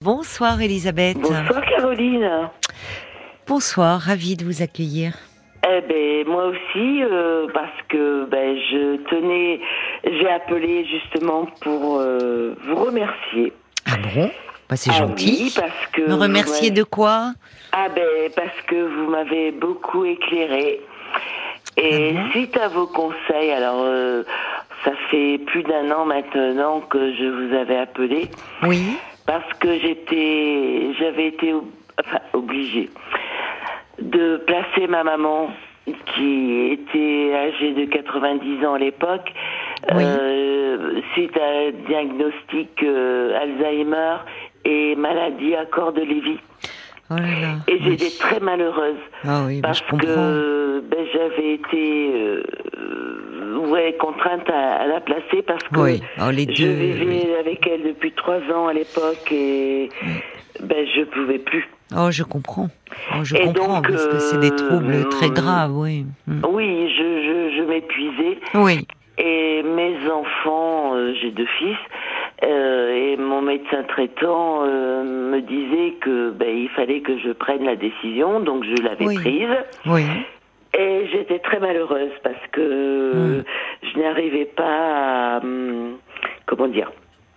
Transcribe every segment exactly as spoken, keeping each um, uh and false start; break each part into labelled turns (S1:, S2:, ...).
S1: Bonsoir Elisabeth.
S2: Bonsoir Caroline.
S1: Bonsoir, ravie de vous accueillir.
S2: Eh ben moi aussi, euh, parce que ben je tenais, j'ai appelé justement pour euh, vous remercier.
S1: Ah bon? Bah, c'est
S2: ah
S1: gentil.
S2: Oui, parce que
S1: Me remercier
S2: vous
S1: de quoi?
S2: Ah ben parce que vous m'avez beaucoup éclairé. Et
S1: Ah bon?
S2: suite à vos conseils, alors euh, ça fait plus d'un an maintenant que je vous avais appelé.
S1: Oui.
S2: Parce que j'étais, j'avais été ob- enfin, obligée de placer ma maman, qui était âgée de quatre-vingt-dix ans à l'époque,
S1: Oui.
S2: euh, suite à un diagnostic euh, Alzheimer et maladie à corps de Lévy.
S1: Oh là là.
S2: Et
S1: Oui.
S2: j'étais très malheureuse.
S1: Ah oui, bah,
S2: Parce
S1: je comprends.
S2: que ben, j'avais été euh, ouais, contrainte à, à la placer parce que
S1: Oui. Oh, les
S2: je
S1: deux.
S2: vivais
S1: Oui.
S2: avec elle depuis trois ans à l'époque et ben, je pouvais plus.
S1: Oh, je comprends. Oh, je
S2: Et
S1: comprends
S2: donc,
S1: parce que c'est des troubles
S2: euh,
S1: très graves, oui. Mm.
S2: Oui, je, je, je m'épuisais.
S1: Oui.
S2: Et mes enfants, euh, j'ai deux fils, euh, et mon médecin traitant euh, me disait que ben, il fallait que je prenne la décision, donc je l'avais
S1: Oui.
S2: prise.
S1: Oui.
S2: Et j'étais très malheureuse parce que
S1: Mm.
S2: je n'arrivais pas à, hum, comment dire,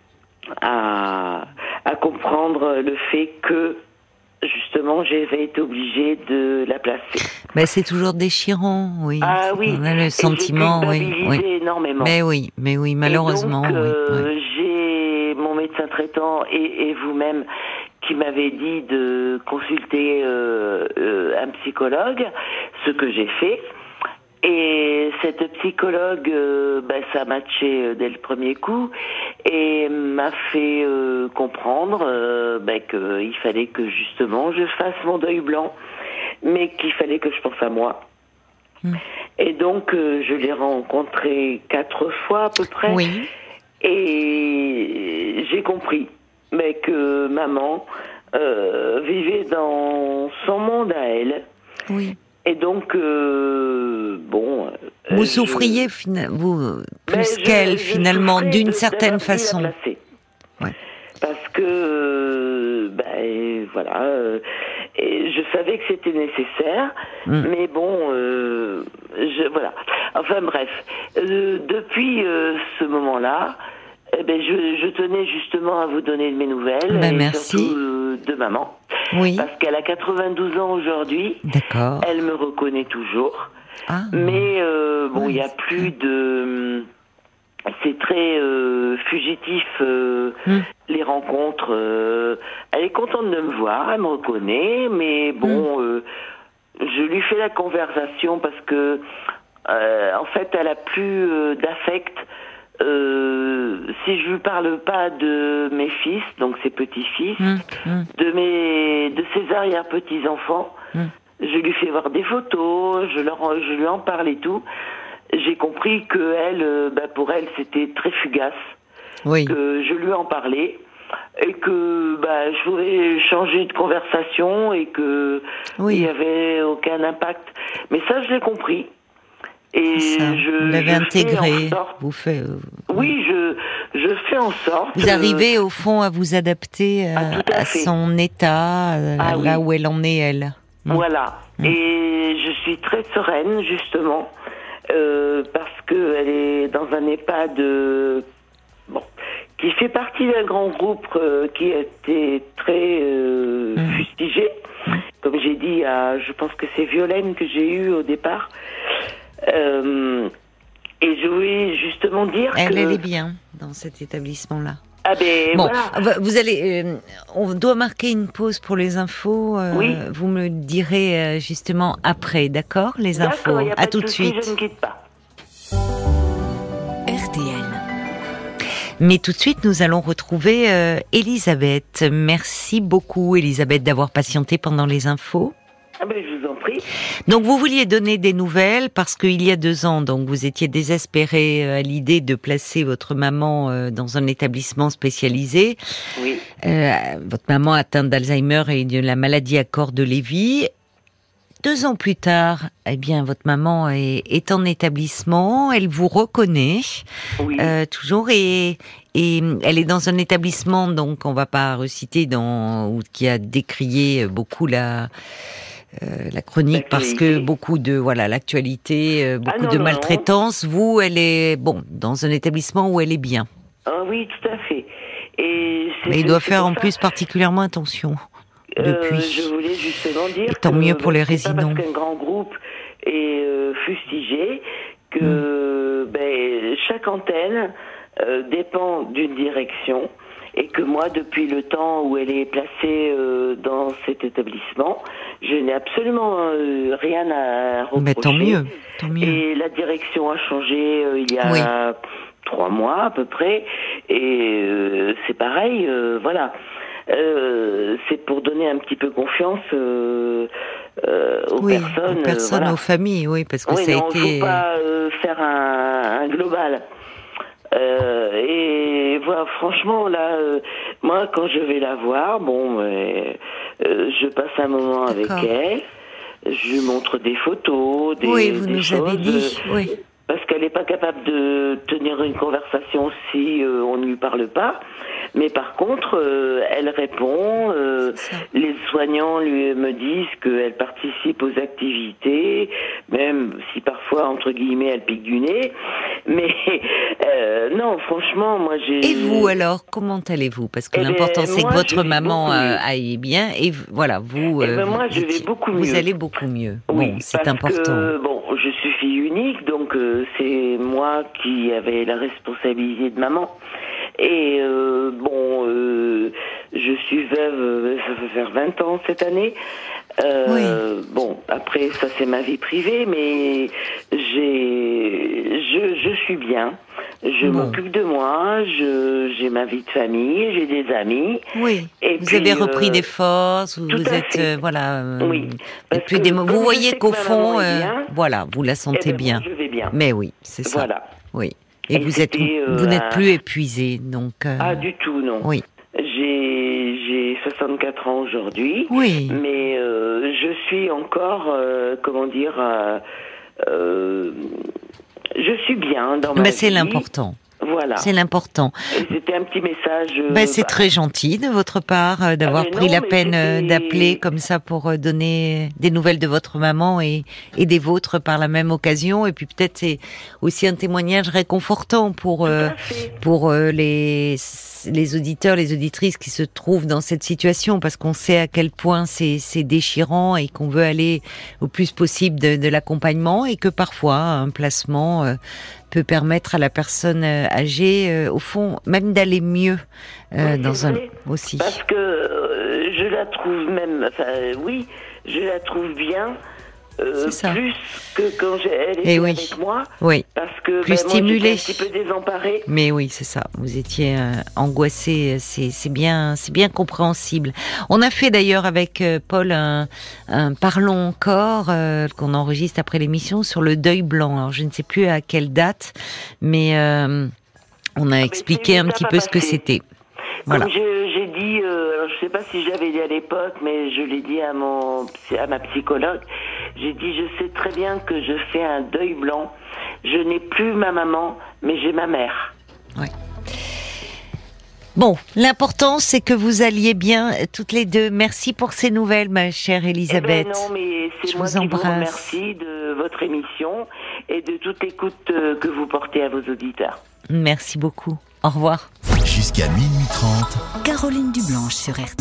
S2: à, à comprendre le fait que justement j'avais été obligée de la placer.
S1: Ben, c'est toujours déchirant, oui.
S2: Ah oui,
S1: On a le
S2: et
S1: sentiment,
S2: j'ai
S1: oui.
S2: culpabilisé
S1: Oui.
S2: énormément.
S1: Mais oui, mais oui, malheureusement,
S2: et donc,
S1: oui.
S2: euh,
S1: Oui.
S2: j'ai mon médecin traitant et, et vous-même qui m'avez dit de consulter euh, euh, un psychologue, ce que j'ai fait. Et cette psychologue, euh, ben, ça a matché euh, dès le premier coup et m'a fait euh, comprendre euh, ben, qu'il fallait que justement je fasse mon deuil blanc, mais qu'il fallait que je pense à moi.
S1: Mm.
S2: Et donc, euh, je l'ai rencontré quatre fois à peu près.
S1: Oui.
S2: Et j'ai compris mais que maman euh, vivait dans son monde à elle.
S1: Oui.
S2: Et donc, euh, bon...
S1: Vous
S2: euh,
S1: souffriez,
S2: je...
S1: fina- vous, plus
S2: Ben, je-
S1: qu'elle,
S2: je
S1: finalement,
S2: souffrais
S1: d'une
S2: de-
S1: certaine
S2: d'avoir pris la
S1: façon.
S2: placer.
S1: Ouais.
S2: Parce que, euh, ben, voilà, euh, et je savais que c'était nécessaire,
S1: Mm.
S2: mais bon, euh, je, voilà. Enfin bref, euh, depuis euh, ce moment-là, eh ben, je, je tenais justement à vous donner de mes nouvelles,
S1: Ben,
S2: et
S1: merci.
S2: surtout euh, de maman.
S1: Oui.
S2: Parce qu'elle a quatre-vingt-douze ans aujourd'hui,
S1: D'accord.
S2: elle me reconnaît toujours,
S1: Ah.
S2: mais euh, bon, il
S1: Ouais,
S2: n'y a
S1: c'est
S2: plus
S1: bien.
S2: de... C'est très euh, fugitif, euh,
S1: Mm.
S2: les rencontres. Euh, elle est contente de me voir, elle me reconnaît, mais bon, euh, je lui fais la conversation parce que, euh, en fait, elle a plus euh, d'affect. Euh, si je lui parle pas de mes fils, donc ses petits-fils,
S1: Mm. Mm.
S2: de mes, de ses arrière-petits-enfants,
S1: Mm.
S2: je lui fais voir des photos, je leur, je lui en parle et tout. J'ai compris que elle, euh, bah, pour elle, c'était très fugace.
S1: Oui.
S2: Que je lui en parlais et que bah, je voulais changer de conversation et que
S1: Oui.
S2: il y avait aucun impact. Mais ça, je l'ai compris. Et
S1: C'est ça.
S2: je,
S1: Vous l'avez
S2: je
S1: intégré.
S2: fais en sorte.
S1: Vous faites. euh,
S2: Oui, je, je fais en sorte.
S1: Vous arrivez au fond à vous adapter euh,
S2: Ah, tout à
S1: à
S2: fait.
S1: son état, euh,
S2: Ah
S1: là
S2: oui.
S1: où elle en est elle. Mm.
S2: Voilà.
S1: Mm.
S2: Et je suis très sereine, justement, euh, parce qu'elle est dans un EHPAD euh, bon, qui fait partie d'un grand groupe euh, qui a été très euh,
S1: Mm.
S2: fustigé. Comme j'ai dit, à, je pense que c'est Violaine que j'ai eue au départ. Euh, et je voulais justement dire
S1: Elle,
S2: que...
S1: elle est bien dans cet établissement-là.
S2: Ah ben
S1: Bon,
S2: voilà.
S1: vous allez, euh, on doit marquer une pause pour les infos. euh,
S2: Oui.
S1: Vous me le direz euh, justement après, d'accord, les infos.
S2: D'accord, il n'y a
S1: À
S2: pas
S1: tout
S2: de
S1: de
S2: souci,
S1: suite.
S2: je ne quitte pas.
S3: R T L.
S1: Mais tout de suite, nous allons retrouver euh, Elisabeth. Merci beaucoup, Elisabeth, d'avoir patienté pendant les infos.
S2: Ah ben je vous en prie.
S1: Donc, vous vouliez donner des nouvelles parce qu'il y a deux ans, donc vous étiez désespérée à l'idée de placer votre maman euh, dans un établissement spécialisé.
S2: Oui.
S1: Euh, votre maman atteinte d'Alzheimer et de la maladie à corps de Lévy. deux ans plus tard, eh bien, votre maman est, est en établissement, elle vous reconnaît,
S2: Oui.
S1: euh, toujours, et, et elle est dans un établissement, donc on va pas reciter, dans, ou qui a décrié beaucoup la, euh, la chronique, parce que beaucoup de, voilà, l'actualité, euh, beaucoup
S2: Ah non,
S1: de
S2: non,
S1: maltraitance. Vous, elle est, bon, dans un établissement où elle est bien.
S2: Ah oui, tout à fait. Et c'est,
S1: Mais il doit
S2: c'est
S1: faire
S2: pour
S1: en
S2: ça,
S1: plus particulièrement attention. Depuis.
S2: Euh, je voulais justement dire
S1: Et tant
S2: que
S1: mieux pour
S2: ben,
S1: les
S2: c'est pas
S1: résidents.
S2: parce qu'un grand groupe est euh, fustigé que mm. ben, chaque antenne euh, dépend d'une direction et que moi, depuis le temps où elle est placée euh, dans cet établissement, je n'ai absolument euh, rien à reprocher.
S1: Mais tant mieux, tant mieux.
S2: Et la direction a changé euh, il y a oui. trois mois à peu près, et euh, c'est pareil, euh, voilà. Euh, c'est pour donner un petit peu confiance euh, euh, aux
S1: oui,
S2: personnes,
S1: aux personnes, euh, voilà. aux familles, oui, parce que
S2: oui,
S1: ça a
S2: non,
S1: été.
S2: Il ne faut pas euh, faire un, un global. Euh, et voilà, franchement, là, euh, moi, quand je vais la voir, bon, euh, euh, je passe un moment D'accord. avec elle, je lui montre des photos, des,
S1: oui, vous
S2: des
S1: nous
S2: choses.
S1: Avez dit,
S2: euh,
S1: oui.
S2: Parce qu'elle n'est pas capable de tenir une conversation si euh, on ne lui parle pas. Mais par contre, euh, elle répond. Euh, les soignants lui me disent qu'elle participe aux activités, même si parfois, entre guillemets, elle pique du nez. Mais euh, non, franchement, moi j'ai...
S1: Et vous alors, comment allez-vous? Parce que eh l'important ben, c'est moi, que votre maman euh, aille bien. Et voilà, vous...
S2: Eh ben,
S1: vous
S2: moi, je vais beaucoup mieux.
S1: Vous allez beaucoup mieux.
S2: Oui,
S1: bon, c'est important.
S2: Que, bon, je suis fille unique, donc euh, c'est moi qui avais la responsabilité de maman. Et euh, bon, euh, je suis veuve, ça va faire vingt ans cette année. Euh, oui. Bon, après, ça c'est ma vie privée, mais j'ai, je, je suis bien. Je bon. m'occupe de moi, je, j'ai ma vie de famille, j'ai des amis.
S1: Oui. Et vous puis, avez repris euh, des forces, vous, vous êtes, euh, voilà. Euh,
S2: oui.
S1: Et puis des, vous voyez qu'au fond, euh,
S2: bien,
S1: voilà, vous la sentez
S2: eh ben,
S1: bien.
S2: Moi, je vais bien.
S1: Mais oui, c'est ça.
S2: Voilà.
S1: Oui. Et, Et vous êtes, euh, vous n'êtes plus épuisé, donc. Euh...
S2: Ah, du tout, non.
S1: Oui.
S2: J'ai, j'ai soixante-quatre ans aujourd'hui.
S1: Oui.
S2: Mais euh, je suis encore, euh, comment dire, euh, euh, je suis bien dans ma
S1: ben,
S2: vie.
S1: C'est l'important.
S2: Voilà.
S1: C'est l'important.
S2: Et c'était un petit message. Euh,
S1: ben, c'est bah... très gentil de votre part euh, d'avoir
S2: ah,
S1: pris
S2: non,
S1: la peine
S2: c'était...
S1: d'appeler comme ça pour euh, donner des nouvelles de votre maman et, et des vôtres par la même occasion. Et puis peut-être c'est aussi un témoignage réconfortant pour euh, pour euh, les les auditeurs, les auditrices qui se trouvent dans cette situation, parce qu'on sait à quel point c'est c'est déchirant et qu'on veut aller au plus possible de, de l'accompagnement, et que parfois un placement euh, peut permettre à la personne âgée, euh, au fond, même d'aller mieux euh,
S2: oui,
S1: dans un
S2: vrai,
S1: aussi.
S2: Parce que euh, je la trouve même, enfin oui, je la trouve bien. Euh, plus que quand elle était
S1: oui.
S2: avec moi,
S1: oui.
S2: parce que
S1: plus
S2: ben,
S1: stimulée,
S2: moi, j'étais un petit peu désemparée.
S1: Mais oui, c'est ça. Vous étiez euh, angoissée. C'est, c'est bien, c'est bien compréhensible. On a fait d'ailleurs avec euh, Paul un, un parlons encore euh, qu'on enregistre après l'émission sur le deuil blanc. Alors je ne sais plus à quelle date, mais euh, on a ah, expliqué un petit peu ce que c'était. Voilà.
S2: Comme je, j'ai dit, euh, alors je sais pas si je l'avais dit à l'époque, mais je l'ai dit à mon, à ma psychologue. J'ai dit, je sais très bien que je fais un deuil blanc. Je n'ai plus ma maman, mais j'ai ma mère.
S1: Oui. Bon, l'important c'est que vous alliez bien toutes les deux. Merci pour ces nouvelles, ma chère Elisabeth.
S2: Eh ben non, mais c'est je moi vous qui embrasse. vous remercie de votre émission et de toute l'écoute que vous portez à vos auditeurs.
S1: Merci beaucoup. Au revoir.
S3: Jusqu'à minuit trente. Caroline Dublanche sur R T L.